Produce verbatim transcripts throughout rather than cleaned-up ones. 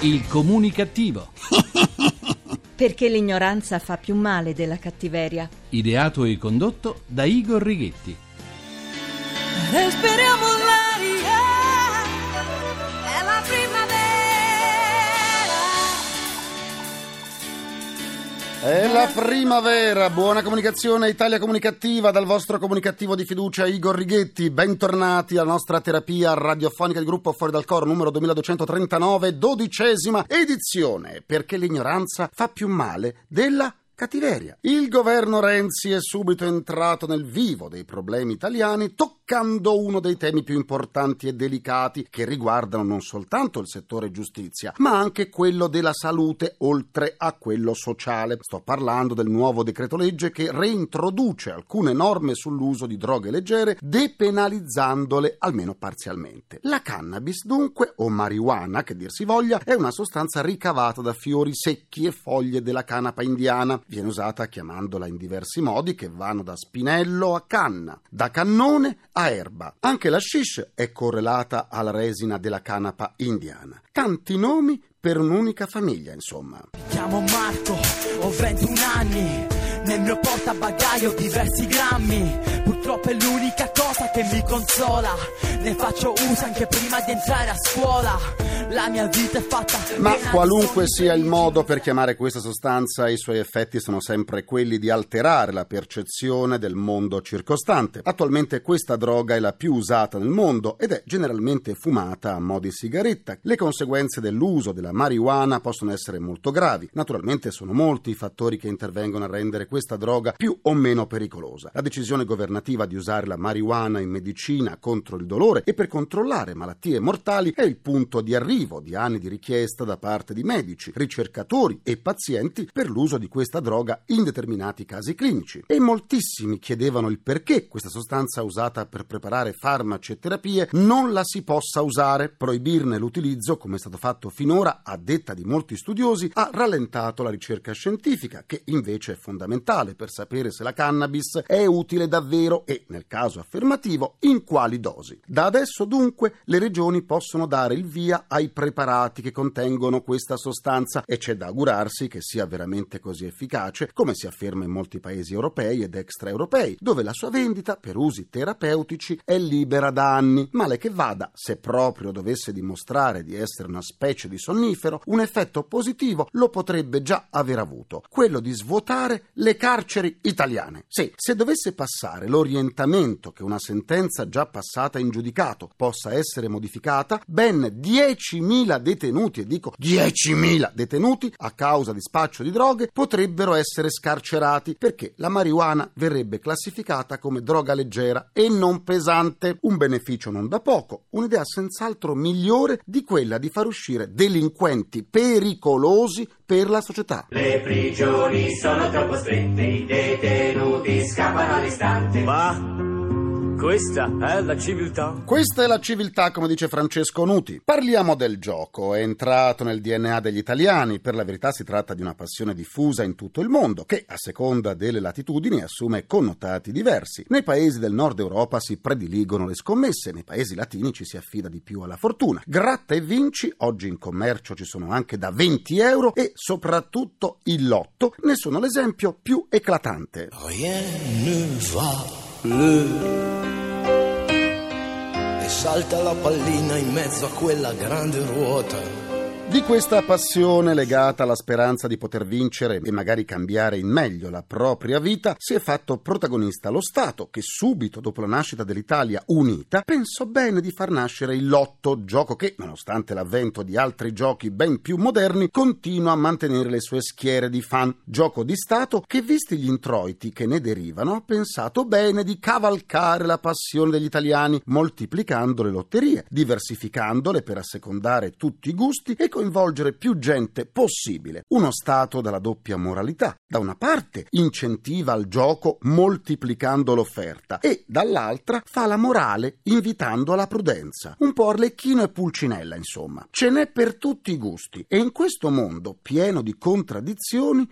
Il comunicativo. Perché l'ignoranza fa più male della cattiveria. Ideato e condotto da Igor Righetti. Respiriamo l'aria, è la primavera. È la primavera, buona comunicazione Italia Comunicativa dal vostro comunicativo di fiducia Igor Righetti. Bentornati alla nostra terapia radiofonica di gruppo Fuori dal Coro numero duemiladocentotrentanove, dodicesima edizione, perché l'ignoranza fa più male della cattiveria. Il governo Renzi è subito entrato nel vivo dei problemi italiani, toccando uno dei temi più importanti e delicati che riguardano non soltanto il settore giustizia, ma anche quello della salute, oltre a quello sociale. Sto parlando del nuovo decreto legge che reintroduce alcune norme sull'uso di droghe leggere, depenalizzandole almeno parzialmente. La cannabis, dunque, o marijuana che dir si voglia, è una sostanza ricavata da fiori secchi e foglie della canapa indiana. Viene usata chiamandola in diversi modi che vanno da spinello a canna, da cannone a erba. Anche la shish è correlata alla resina della canapa indiana. Tanti nomi per un'unica famiglia, insomma. Mi chiamo Marco, ho ventuno anni, nel mio portabagaglio ho diversi grammi. Purtroppo è l'unica cosa che mi consola, ne faccio uso anche prima di entrare a scuola. La mia vita è fatta... Ma qualunque sia il modo per chiamare questa sostanza, i suoi effetti sono sempre quelli di alterare la percezione del mondo circostante. Attualmente questa droga è la più usata nel mondo ed è generalmente fumata a mo' di sigaretta. Le conseguenze dell'uso della marijuana possono essere molto gravi. Naturalmente sono molti i fattori che intervengono a rendere questa droga più o meno pericolosa. La decisione governativa di usare la marijuana in medicina contro il dolore e per controllare malattie mortali è il punto di arrivo di anni di richiesta da parte di medici, ricercatori e pazienti per l'uso di questa droga in determinati casi clinici. E moltissimi chiedevano il perché questa sostanza usata per preparare farmaci e terapie non la si possa usare. Proibirne l'utilizzo, come è stato fatto finora, a detta di molti studiosi, ha rallentato la ricerca scientifica, che invece è fondamentale per sapere se la cannabis è utile davvero e, nel caso affermativo, in quali dosi. Da adesso, dunque, le regioni possono dare il via ai preparati che contengono questa sostanza e c'è da augurarsi che sia veramente così efficace come si afferma in molti paesi europei ed extraeuropei, dove la sua vendita per usi terapeutici è libera da anni. Male che vada, se proprio dovesse dimostrare di essere una specie di sonnifero, un effetto positivo lo potrebbe già aver avuto, quello di svuotare le carceri italiane. Sì, se dovesse passare l'orientamento che una sentenza già passata in giudicato possa essere modificata, ben diecimila detenuti, e dico diecimila detenuti, a causa di spaccio di droghe, potrebbero essere scarcerati, perché la marijuana verrebbe classificata come droga leggera e non pesante. Un beneficio non da poco, un'idea senz'altro migliore di quella di far uscire delinquenti pericolosi per la società. Le prigioni sono troppo strette, i detenuti scappano all'istante. Ma... questa è la civiltà. Questa è la civiltà, come dice Francesco Nuti. Parliamo del gioco. È entrato nel D N A degli italiani. Per la verità si tratta di una passione diffusa in tutto il mondo, che a seconda delle latitudini assume connotati diversi. Nei paesi del nord Europa si prediligono le scommesse, nei paesi latini ci si affida di più alla fortuna. Gratta e vinci, oggi in commercio ci sono anche da venti euro, e soprattutto il lotto ne sono l'esempio più eclatante. Rien ne va plus. E salta la pallina in mezzo a quella grande ruota. Di questa passione legata alla speranza di poter vincere e magari cambiare in meglio la propria vita si è fatto protagonista lo Stato, che subito dopo la nascita dell'Italia unita pensò bene di far nascere il lotto, gioco che, nonostante l'avvento di altri giochi ben più moderni, continua a mantenere le sue schiere di fan. Gioco di Stato che, visti gli introiti che ne derivano, ha pensato bene di cavalcare la passione degli italiani, moltiplicando le lotterie, diversificandole per assecondare tutti i gusti e coinvolgere più gente possibile. Uno Stato dalla doppia moralità. Da una parte incentiva il gioco moltiplicando l'offerta e dall'altra fa la morale invitando alla prudenza. Un po' Arlecchino e Pulcinella, insomma. Ce n'è per tutti i gusti e in questo mondo pieno di contraddizioni, ecco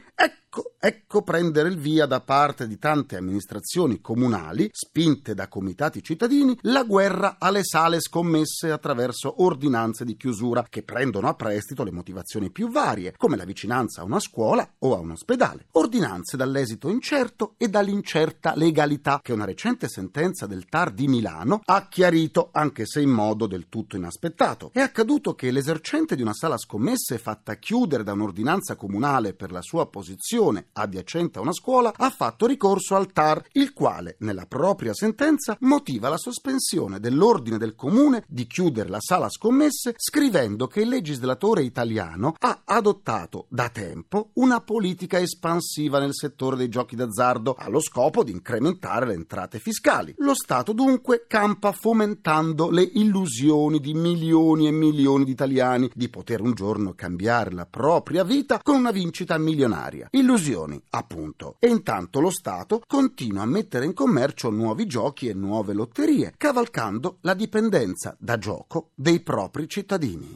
Ecco, ecco prendere il via da parte di tante amministrazioni comunali, spinte da comitati cittadini, la guerra alle sale scommesse attraverso ordinanze di chiusura che prendono a prestito le motivazioni più varie, come la vicinanza a una scuola o a un ospedale. Ordinanze dall'esito incerto e dall'incerta legalità che una recente sentenza del T A R di Milano ha chiarito, anche se in modo del tutto inaspettato. È accaduto che l'esercente di una sala scommesse fatta chiudere da un'ordinanza comunale per la sua posizione adiacente a una scuola ha fatto ricorso al T A R, il quale nella propria sentenza motiva la sospensione dell'ordine del comune di chiudere la sala scommesse scrivendo che il legislatore italiano ha adottato da tempo una politica espansiva nel settore dei giochi d'azzardo allo scopo di incrementare le entrate fiscali. Lo Stato dunque campa fomentando le illusioni di milioni e milioni di italiani di poter un giorno cambiare la propria vita con una vincita milionaria. Illusioni, appunto. E intanto lo Stato continua a mettere in commercio nuovi giochi e nuove lotterie, cavalcando la dipendenza da gioco dei propri cittadini.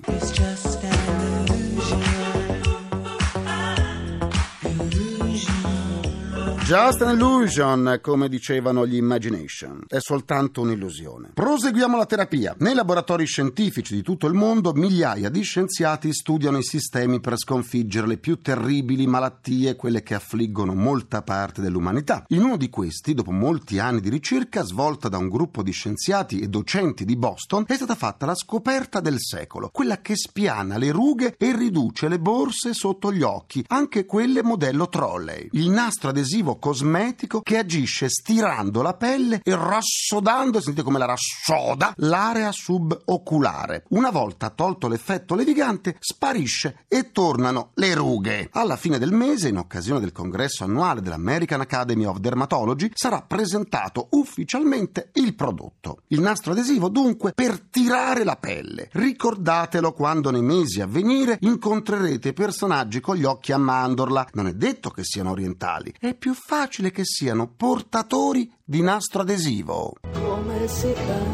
Just an illusion, come dicevano gli Imagination. È soltanto un'illusione. Proseguiamo la terapia. Nei laboratori scientifici di tutto il mondo, migliaia di scienziati studiano i sistemi per sconfiggere le più terribili malattie, quelle che affliggono molta parte dell'umanità. In uno di questi, dopo molti anni di ricerca, svolta da un gruppo di scienziati e docenti di Boston, è stata fatta la scoperta del secolo, quella che spiana le rughe e riduce le borse sotto gli occhi, anche quelle modello trolley. Il nastro adesivo cosmetico che agisce stirando la pelle e rassodando, sentite come la rassoda, l'area suboculare. Una volta tolto l'effetto levigante, sparisce e tornano le rughe. Alla fine del mese, in occasione del congresso annuale dell'American Academy of Dermatology, sarà presentato ufficialmente il prodotto. Il nastro adesivo, dunque, per tirare la pelle. Ricordatelo quando nei mesi a venire incontrerete personaggi con gli occhi a mandorla. Non è detto che siano orientali, è più facile che siano portatori di nastro adesivo. Come si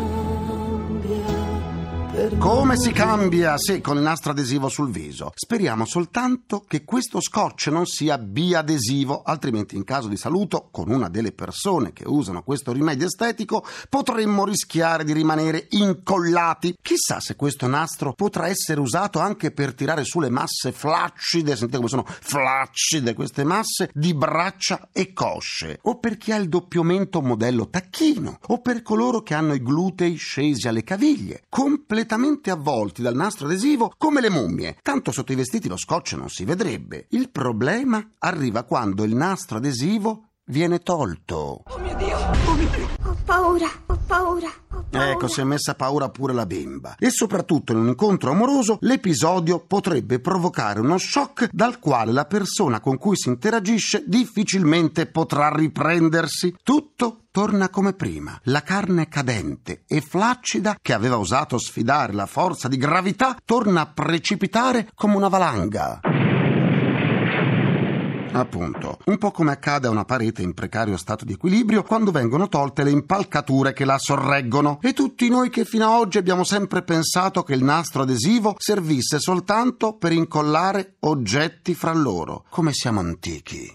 cambia per Come si cambia, sì, con il nastro adesivo sul viso. Speriamo soltanto che questo scotch non sia biadesivo, altrimenti in caso di saluto con una delle persone che usano questo rimedio estetico potremmo rischiare di rimanere incollati. Chissà se questo nastro potrà essere usato anche per tirare su le masse flaccide, sentite come sono flaccide queste masse, di braccia e cosce, o per chi ha il doppio mento modello tacchino, o per coloro che hanno i glutei scesi alle caviglie, completamente avvolti dal nastro adesivo come le mummie. Tanto sotto i vestiti lo scotch non si vedrebbe. Il problema arriva quando il nastro adesivo viene tolto. Oh mio Dio! Oh mio Dio! Ho paura, ho paura, ho paura. Ecco, si è messa paura pure la bimba. E soprattutto in un incontro amoroso l'episodio potrebbe provocare uno shock dal quale la persona con cui si interagisce difficilmente potrà riprendersi. Tutto torna come prima. La carne cadente e flaccida che aveva osato sfidare la forza di gravità torna a precipitare come una valanga. Appunto, un po' come accade a una parete in precario stato di equilibrio quando vengono tolte le impalcature che la sorreggono. E tutti noi che fino ad oggi abbiamo sempre pensato che il nastro adesivo servisse soltanto per incollare oggetti fra loro. Come siamo antichi.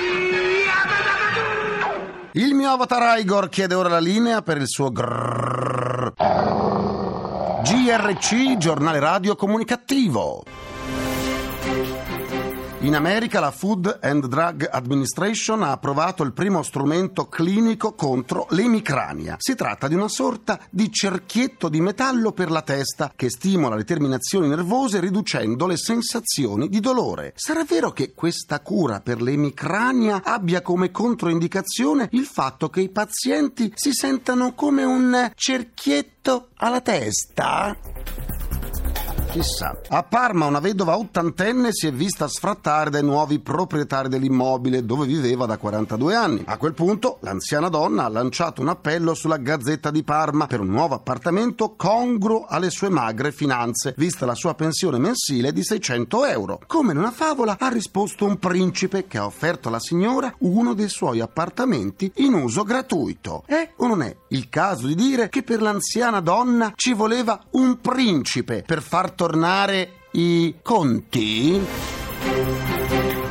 Il mio avatar Igor chiede ora la linea per il suo grrrr. G R C, giornale radio comunicativo. In America la Food and Drug Administration ha approvato il primo strumento clinico contro l'emicrania. Si tratta di una sorta di cerchietto di metallo per la testa che stimola le terminazioni nervose riducendo le sensazioni di dolore. Sarà vero che questa cura per l'emicrania abbia come controindicazione il fatto che i pazienti si sentano come un cerchietto alla testa? Chissà. A Parma una vedova ottantenne si è vista sfrattare dai nuovi proprietari dell'immobile dove viveva da quarantadue anni. A quel punto l'anziana donna ha lanciato un appello sulla Gazzetta di Parma per un nuovo appartamento congruo alle sue magre finanze, vista la sua pensione mensile di seicento euro. Come in una favola ha risposto un principe che ha offerto alla signora uno dei suoi appartamenti in uso gratuito. È o non è il caso di dire che per l'anziana donna ci voleva un principe per far tornare i conti?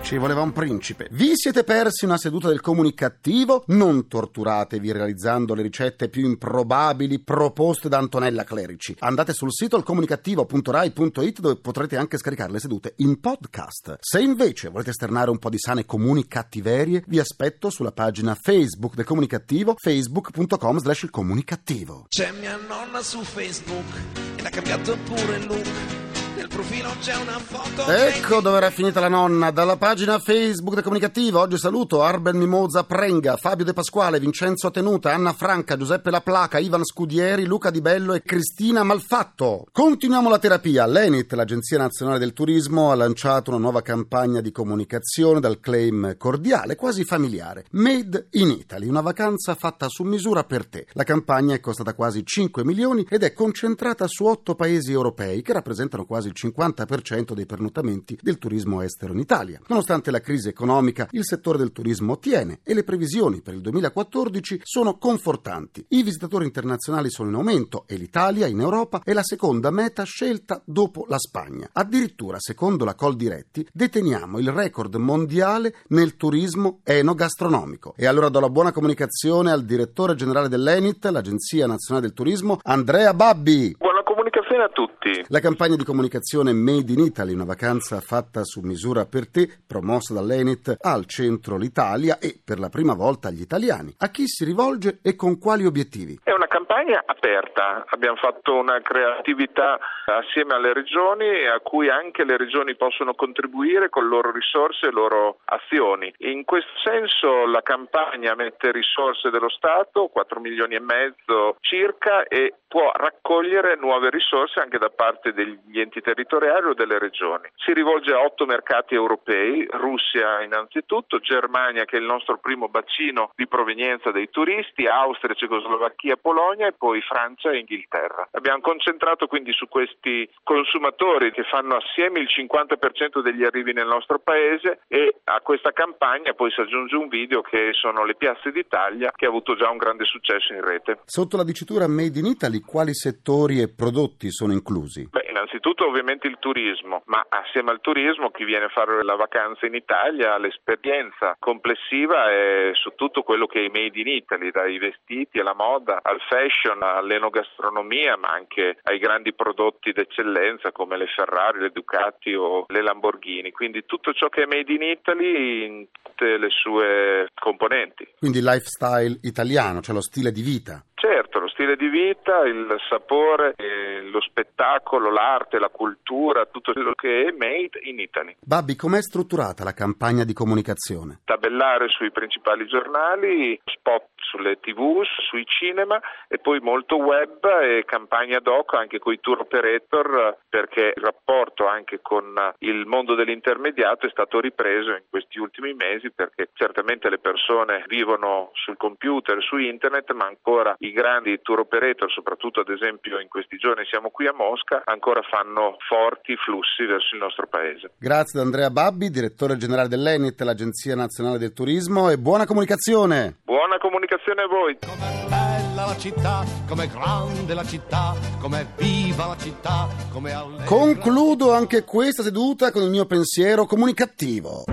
Ci voleva un principe. Vi siete persi una seduta del Comunicativo? Non torturatevi realizzando le ricette più improbabili proposte da Antonella Clerici. Andate sul sito alcomunicativo punto rai punto it dove potrete anche scaricare le sedute in podcast. Se invece volete esternare un po' di sane comunicattiverie, vi aspetto sulla pagina Facebook del Comunicativo, facebook punto com slash il comunicativo. C'è mia nonna su Facebook ed ha cambiato pure il look. Nel profilo c'è una foto. Ecco dove era finita la nonna. Dalla pagina Facebook del Comunicativo oggi saluto Arben Mimosa Prenga, Fabio De Pasquale, Vincenzo Tenuta, Anna Franca, Giuseppe La Placa, Ivan Scudieri, Luca Di Bello e Cristina Malfatto. Continuiamo la terapia. L'Enit, l'Agenzia Nazionale del Turismo, ha lanciato una nuova campagna di comunicazione dal claim cordiale, quasi familiare. Made in Italy, una vacanza fatta su misura per te. La campagna è costata quasi cinque milioni ed è concentrata su otto paesi europei che rappresentano quasi il cinquanta per cento dei pernottamenti del turismo estero in Italia. Nonostante la crisi economica, il settore del turismo tiene e le previsioni per il duemilaquattordici sono confortanti. I visitatori internazionali sono in aumento e l'Italia in Europa è la seconda meta scelta dopo la Spagna. Addirittura, secondo la Coldiretti, deteniamo il record mondiale nel turismo enogastronomico. E allora do la buona comunicazione al direttore generale dell'Enit, l'Agenzia Nazionale del Turismo, Andrea Babbi. Buona comunicazione a tutti. La campagna di comunicazione Made in Italy, una vacanza fatta su misura per te, promossa dall'Enit, ha al centro l'Italia e per la prima volta gli italiani. A chi si rivolge e con quali obiettivi? È una campagna aperta, abbiamo fatto una creatività assieme alle regioni a cui anche le regioni possono contribuire con le loro risorse e le loro azioni. In questo senso la campagna mette risorse dello Stato, quattro milioni e mezzo circa, e può raccogliere nuove risorse anche da parte degli enti territoriali o delle regioni. Si rivolge a otto mercati europei, Russia innanzitutto, Germania che è il nostro primo bacino di provenienza dei turisti, Austria, Cecoslovacchia, Polonia e poi Francia e Inghilterra. Abbiamo concentrato quindi su questi consumatori che fanno assieme il cinquanta per cento degli arrivi nel nostro paese e a questa campagna poi si aggiunge un video che sono le piazze d'Italia che ha avuto già un grande successo in rete. Sotto la dicitura Made in Italy quali settori e prodotti sono inclusi? Beh, innanzitutto ovviamente il turismo, ma assieme al turismo chi viene a fare la vacanza in Italia, l'esperienza complessiva è su tutto quello che è Made in Italy, dai vestiti alla moda, al fashion, all'enogastronomia, ma anche ai grandi prodotti d'eccellenza come le Ferrari, le Ducati o le Lamborghini. Quindi tutto ciò che è Made in Italy in tutte le sue componenti. Quindi il lifestyle italiano, cioè lo stile di vita. Certo, lo stile di vita, il sapore, eh, lo spettacolo, l'arte, la cultura, tutto quello che è Made in Italy. Babbi, com'è strutturata la campagna di comunicazione? Tabellare sui principali giornali, spot sulle tivù, sui cinema e poi molto web e campagna doc anche con i tour operator, perché il rapporto anche con il mondo dell'intermediato è stato ripreso in questi ultimi mesi, perché certamente le persone vivono sul computer, su internet, ma ancora i grandi tour operator, soprattutto ad esempio in questi giorni siamo qui a Mosca, ancora fanno forti flussi verso il nostro paese. Grazie ad Andrea Babbi, direttore generale dell'Enit, l'Agenzia Nazionale del Turismo, e buona comunicazione. Buona comunicazione a voi. Com'è bella la città, com'è grande la città, com'è viva la città, com'è allegra. Concludo anche questa seduta con il mio pensiero comunicativo.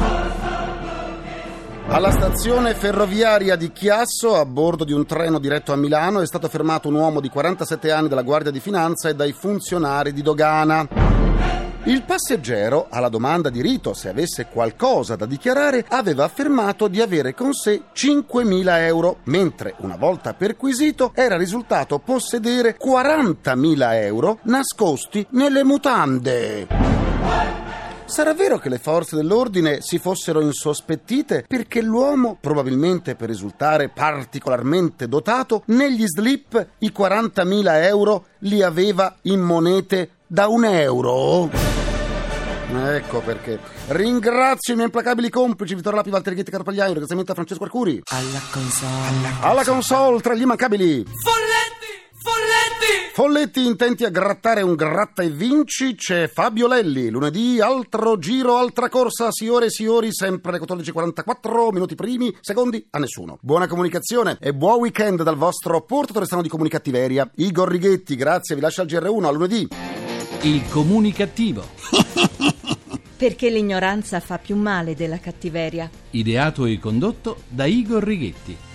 Alla stazione ferroviaria di Chiasso, a bordo di un treno diretto a Milano, è stato fermato un uomo di quarantasette anni dalla Guardia di Finanza e dai funzionari di dogana. Il passeggero, alla domanda di rito se avesse qualcosa da dichiarare, aveva affermato di avere con sé cinquemila euro, mentre una volta perquisito era risultato possedere quarantamila euro nascosti nelle mutande. Sarà vero che le forze dell'ordine si fossero insospettite perché l'uomo, probabilmente per risultare particolarmente dotato, negli slip i quarantamila euro li aveva in monete da un euro? Ecco perché. Ringrazio i miei implacabili complici Vittorio Lapi, Valtteri Ghetti, Carpagliaio, ringraziamento a Francesco Arcuri. Alla console. Alla console, tra gli immancabili Folletti! Folletti! Folletti intenti a grattare un gratta e vinci, c'è Fabio Lelli. Lunedì altro giro, altra corsa, signore e signori, sempre alle quattordici e quarantaquattro, minuti primi, secondi a nessuno. Buona comunicazione e buon weekend dal vostro portatore strano di comunicattiveria, Igor Righetti. Grazie, vi lascio al G R uno, a lunedì. Il Comunicativo. Perché l'ignoranza fa più male della cattiveria. Ideato e condotto da Igor Righetti.